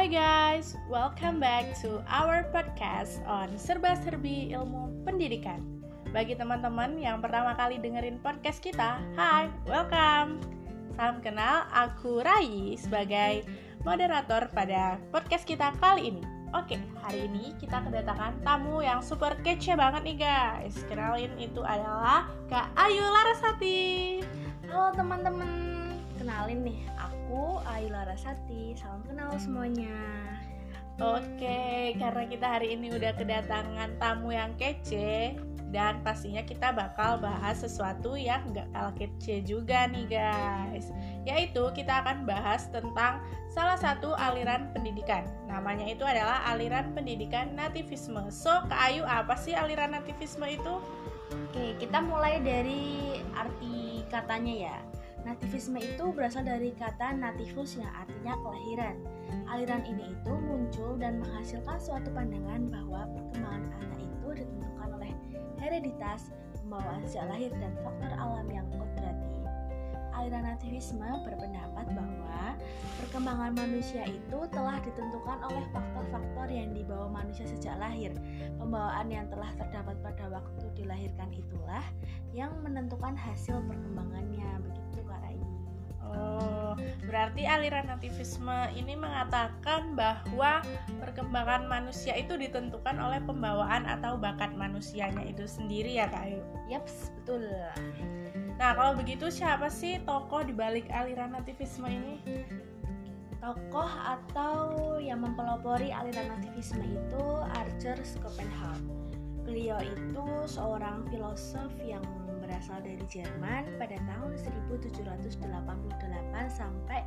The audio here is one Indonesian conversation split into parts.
Hai guys, welcome back to our podcast on serba-serbi ilmu pendidikan. Bagi teman-teman yang pertama kali dengerin podcast kita, hai, welcome. Salam kenal, aku Rai sebagai moderator pada podcast kita kali ini. Oke, hari ini kita kedatangan tamu yang super kece banget nih guys. Kenalin, itu adalah Kak Ayu Larasati. Halo teman-teman, kenalin nih, aku Ayu Larasati. Salam kenal semuanya. Oke, karena kita hari ini udah kedatangan tamu yang kece, dan pastinya kita bakal bahas sesuatu yang gak kalah kece juga nih guys. Yaitu kita akan bahas tentang salah satu aliran pendidikan. Namanya itu adalah aliran pendidikan nativisme. So, Kak Ayu, apa sih aliran nativisme itu? Oke, kita mulai dari arti katanya ya. Nativisme itu berasal dari kata nativus yang artinya kelahiran. Aliran ini itu muncul dan menghasilkan suatu pandangan bahwa perkembangan anak itu ditentukan oleh hereditas, pembawaan sejak lahir, dan faktor alam yang kodrati. Aliran nativisme berpendapat bahwa perkembangan manusia itu telah ditentukan oleh faktor-faktor yang dibawa manusia sejak lahir. Pembawaan yang telah terdapat pada waktu dilahirkan itulah yang menentukan hasil perkembangannya. Begitu Kak Rai. Oh, berarti aliran nativisme ini mengatakan bahwa perkembangan manusia itu ditentukan oleh pembawaan atau bakat manusianya itu sendiri ya Kak Ayu? Yaps, betul. Nah, kalau begitu siapa sih tokoh di balik aliran nativisme ini? Tokoh atau yang mempelopori aliran nativisme itu Arthur Schopenhauer. Beliau itu seorang filosof yang berasal dari Jerman pada tahun 1788 sampai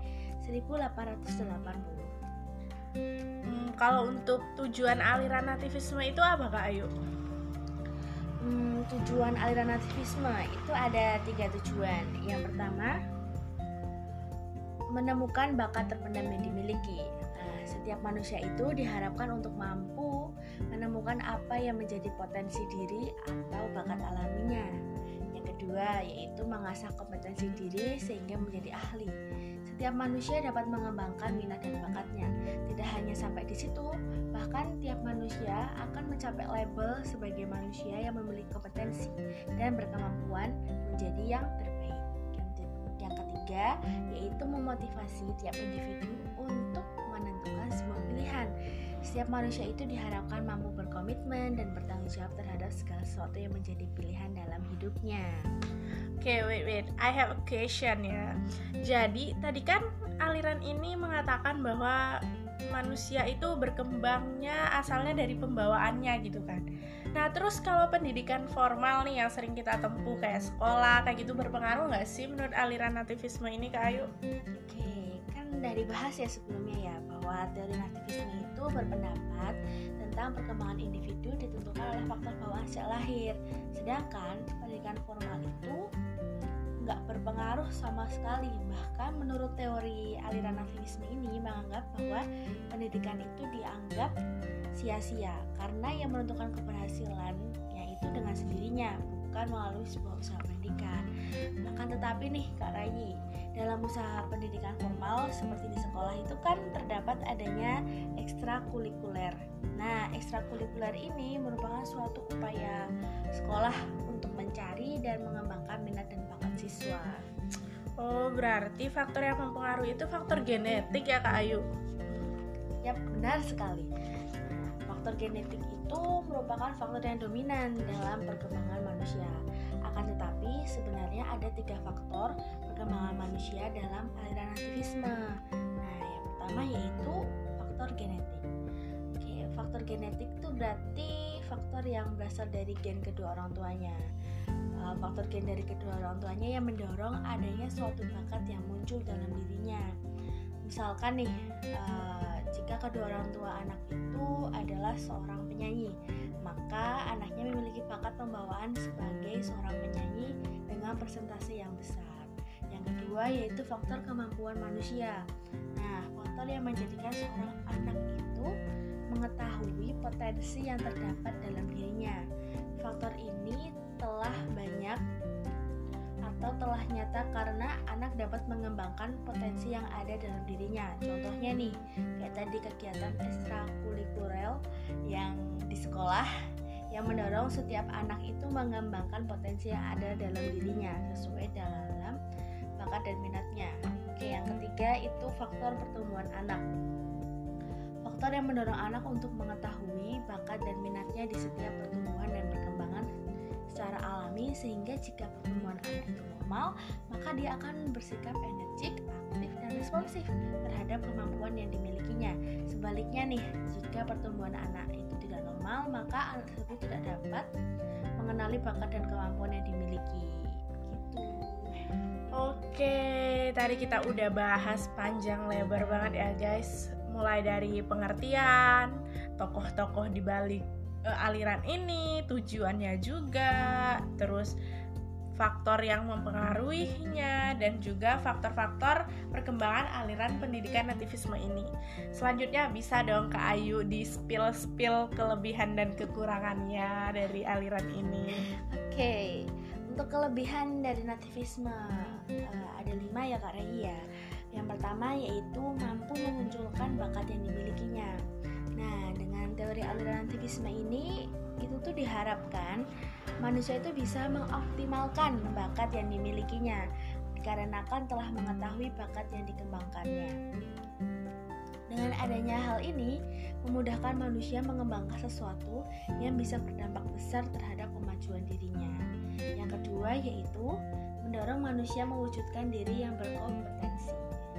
1880. Kalau untuk tujuan aliran nativisme itu apa Kak Ayu? Tujuan aliran nativisme itu ada 3 tujuan. Yang pertama, menemukan bakat terpendam yang dimiliki. Setiap manusia itu diharapkan untuk mampu menemukan apa yang menjadi potensi diri atau bakat alaminya. Yang kedua, yaitu mengasah kompetensi diri sehingga menjadi ahli. Setiap manusia dapat mengembangkan minat dan bakatnya. Tidak hanya sampai di situ, bahkan tiap manusia akan mencapai label sebagai manusia yang memiliki kompetensi dan berkemampuan menjadi yang terbaik. Yang ketiga, yaitu memotivasi tiap individu untuk menentukan sebuah pilihan. Setiap manusia itu diharapkan mampu berkomitmen dan bertanggung jawab terhadap segala sesuatu yang menjadi pilihan dalam hidupnya. Oke, wait, I have a question ya. Jadi, tadi kan aliran ini mengatakan bahwa manusia itu berkembangnya asalnya dari pembawaannya gitu kan. Nah, terus kalau pendidikan formal nih yang sering kita tempuh kayak sekolah, kayak gitu berpengaruh nggak sih menurut aliran nativisme ini Kak Ayu? Oke, kan dari bahas ya sebelumnya ya, bahwa teori nativisme itu berpendapat tentang perkembangan individu ditentukan oleh faktor bawaan sejak lahir. Sedangkan pendidikan formal itu nggak berpengaruh sama sekali. Bahkan menurut teori aliran nativisme ini menganggap bahwa pendidikan itu dianggap sia-sia karena yang menentukan keberhasilannya itu dengan sendirinya, bukan melalui sebuah usaha pendidikan. Akan tetapi nih Kak Rayi, dalam usaha pendidikan formal seperti di sekolah itu kan terdapat adanya ekstrakurikuler. Nah, ekstrakurikuler ini merupakan suatu upaya sekolah untuk mencari dan mengembangkan minat dan bakat siswa. Oh, berarti faktor yang mempengaruhi itu faktor genetik ya Kak Ayu? Yap, benar sekali. Faktor genetik itu merupakan faktor yang dominan dalam perkembangan manusia. Akan tetapi sebenarnya ada 3 faktor perkembangan manusia dalam aliran nativisme. Nah, yang pertama yaitu faktor genetik. Oke, faktor genetik itu berarti faktor yang berasal dari gen kedua orang tuanya. Faktor gen dari kedua orang tuanya yang mendorong adanya suatu bakat yang muncul dalam dirinya. Misalkan nih, jika kedua orang tua anak itu adalah seorang penyanyi, maka anaknya memiliki bakat pembawaan sebagai seorang penyanyi dengan persentase yang besar. Yang kedua yaitu faktor kemampuan manusia. Nah, faktor yang menjadikan seorang anak itu mengetahui potensi yang terdapat dalam dirinya. Faktor ini telah banyak atau telah nyata karena anak dapat mengembangkan potensi yang ada dalam dirinya. Contohnya nih, kayak tadi kegiatan ekstrakurikuler yang di sekolah yang mendorong setiap anak itu mengembangkan potensi yang ada dalam dirinya sesuai dalam bakat dan minatnya. Oke, yang ketiga itu faktor pertumbuhan anak. Faktor yang mendorong anak untuk mengetahui bakat dan minatnya di setiap pertumbuhan dan perkembangan secara alami, sehingga jika pertumbuhan anak itu normal, maka dia akan bersikap energik, aktif, dan responsif terhadap kemampuan yang dimilikinya. Sebaliknya nih, jika pertumbuhan anak itu tidak normal, maka anak tersebut tidak dapat mengenali bakat dan kemampuan yang dimiliki. Gitu. Oke, tadi kita udah bahas panjang lebar banget ya guys. Mulai dari pengertian, tokoh-tokoh di balik aliran ini, tujuannya juga, terus faktor yang mempengaruhinya, dan juga faktor-faktor perkembangan aliran pendidikan nativisme ini. Selanjutnya bisa dong Kak Ayu di spill kelebihan dan kekurangannya dari aliran ini. Oke, untuk kelebihan dari nativisme ada 5 ya Kak Rai ya. Yang pertama yaitu mampu memunculkan bakat yang dimilikinya. Nah, dengan teori aliran nativisme ini itu tuh diharapkan manusia itu bisa mengoptimalkan bakat yang dimilikinya dikarenakan telah mengetahui bakat yang dikembangkannya. Dengan adanya hal ini memudahkan manusia mengembangkan sesuatu yang bisa berdampak besar terhadap kemajuan dirinya. Yang kedua yaitu mendorong manusia mewujudkan diri yang berkompetensi.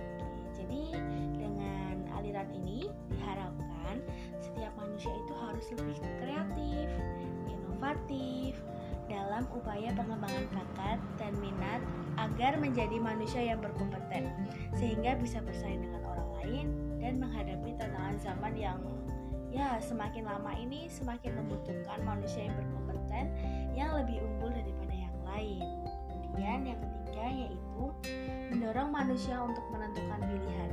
Jadi dengan aliran ini diharapkan setiap manusia itu harus lebih kreatif, inovatif dalam upaya pengembangan bakat dan minat agar menjadi manusia yang berkompeten, sehingga bisa bersaing dengan orang lain dan menghadapi tantangan zaman yang semakin lama ini semakin membutuhkan manusia yang berkompeten yang lebih unggul daripada yang lain. Kemudian yang ketiga yaitu mendorong manusia untuk menentukan pilihan.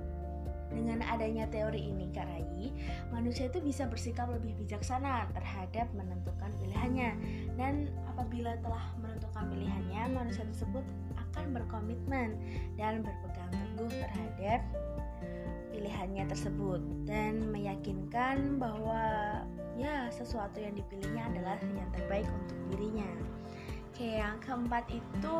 Dengan adanya teori ini Kak Rai, manusia itu bisa bersikap lebih bijaksana terhadap menentukan pilihannya. Dan apabila telah menentukan pilihannya, manusia tersebut akan berkomitmen dan berpegang teguh terhadap pilihannya tersebut dan meyakinkan bahwa sesuatu yang dipilihnya adalah yang terbaik untuk dirinya. Oke, yang keempat itu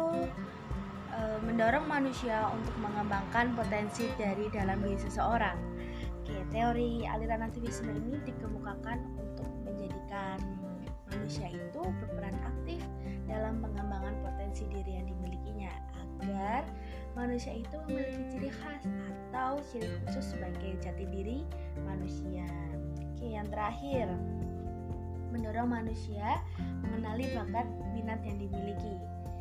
mendorong manusia untuk mengembangkan potensi dari dalam diri seseorang. Oke, teori aliran nativisme ini dikemukakan untuk menjadikan manusia itu berperan aktif dalam pengembangan potensi diri yang dimilikinya agar manusia itu memiliki ciri khas atau ciri khusus sebagai jati diri manusia. Oke, yang terakhir mendorong manusia mengenali bakat minat yang dimiliki.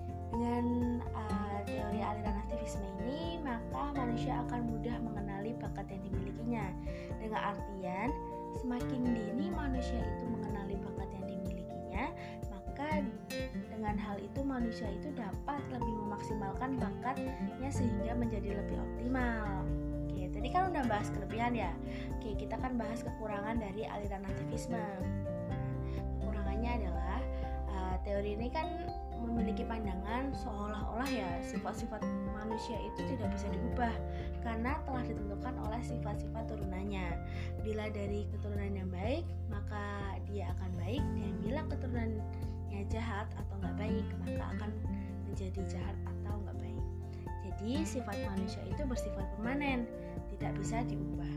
Dengan teori aliran aktivisme ini, maka manusia akan mudah mengenali bakat yang dimilikinya. Dengan artian, semakin dini manusia itu mengenali bakat yang dimilikinya, maka dengan hal itu manusia itu dapat lebih memaksimalkan bakatnya sehingga menjadi lebih optimal. Oke, tadi kan udah bahas kelebihan ya. Oke, kita kan bahas kekurangan dari aliran aktivisme. Kekurangannya adalah teori ini kan memiliki pandangan seolah-olah sifat-sifat manusia itu tidak bisa diubah karena telah ditentukan oleh sifat-sifat turunannya. Bila dari keturunan yang baik, maka dia akan baik, dan bila keturunannya jahat atau nggak baik, maka akan menjadi jahat atau nggak baik. Jadi sifat manusia itu bersifat permanen, tidak bisa diubah.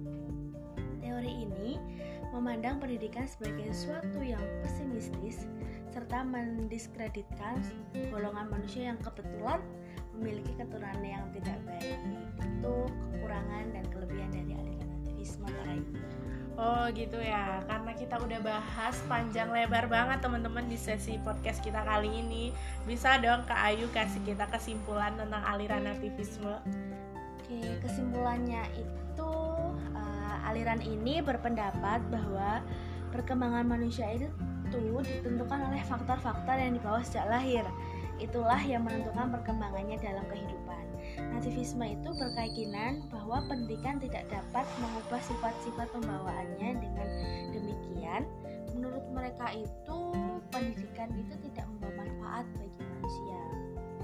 Teori ini memandang pendidikan sebagai sesuatu yang pesimistis serta mendiskreditkan golongan manusia yang kebetulan memiliki keturunan yang tidak baik. Itu kekurangan dan kelebihan dari aliran aktivisme Kak Rai. Oh gitu ya, karena kita udah bahas panjang lebar banget teman-teman di sesi podcast kita kali ini, bisa dong Kak Ayu kasih kita kesimpulan tentang aliran aktivisme? Oke, kesimpulannya itu aliran ini berpendapat bahwa perkembangan manusia itu ditentukan oleh faktor-faktor yang dibawa sejak lahir. Itulah yang menentukan perkembangannya dalam kehidupan. Nativisme itu berkeyakinan bahwa pendidikan tidak dapat mengubah sifat-sifat pembawaannya. Dengan demikian, menurut mereka itu pendidikan itu tidak membawa manfaat bagi manusia.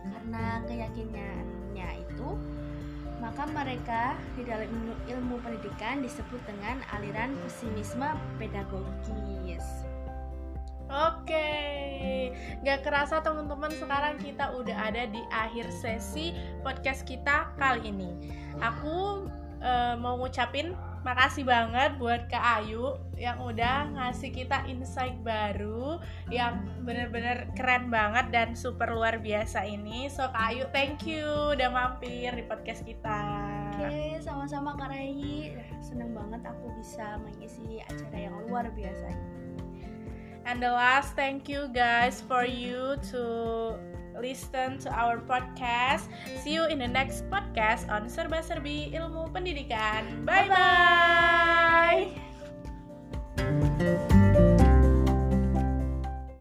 Karena keyakinannya itu, maka mereka di dalam ilmu pendidikan disebut dengan aliran pesimisme pedagogis. Oke, gak kerasa teman-teman, sekarang kita udah ada di akhir sesi podcast kita kali ini. Aku mau ngucapin makasih banget buat Kak Ayu yang udah ngasih kita insight baru yang bener-bener keren banget dan super luar biasa ini. So Kak Ayu, thank you udah mampir di podcast kita. Oke, sama-sama Kak Raihi. Seneng banget aku bisa mengisi acara yang luar biasa ini. And the last, thank you guys for you to listen to our podcast. See you in the next podcast on Serba Serbi Ilmu Pendidikan. Bye bye.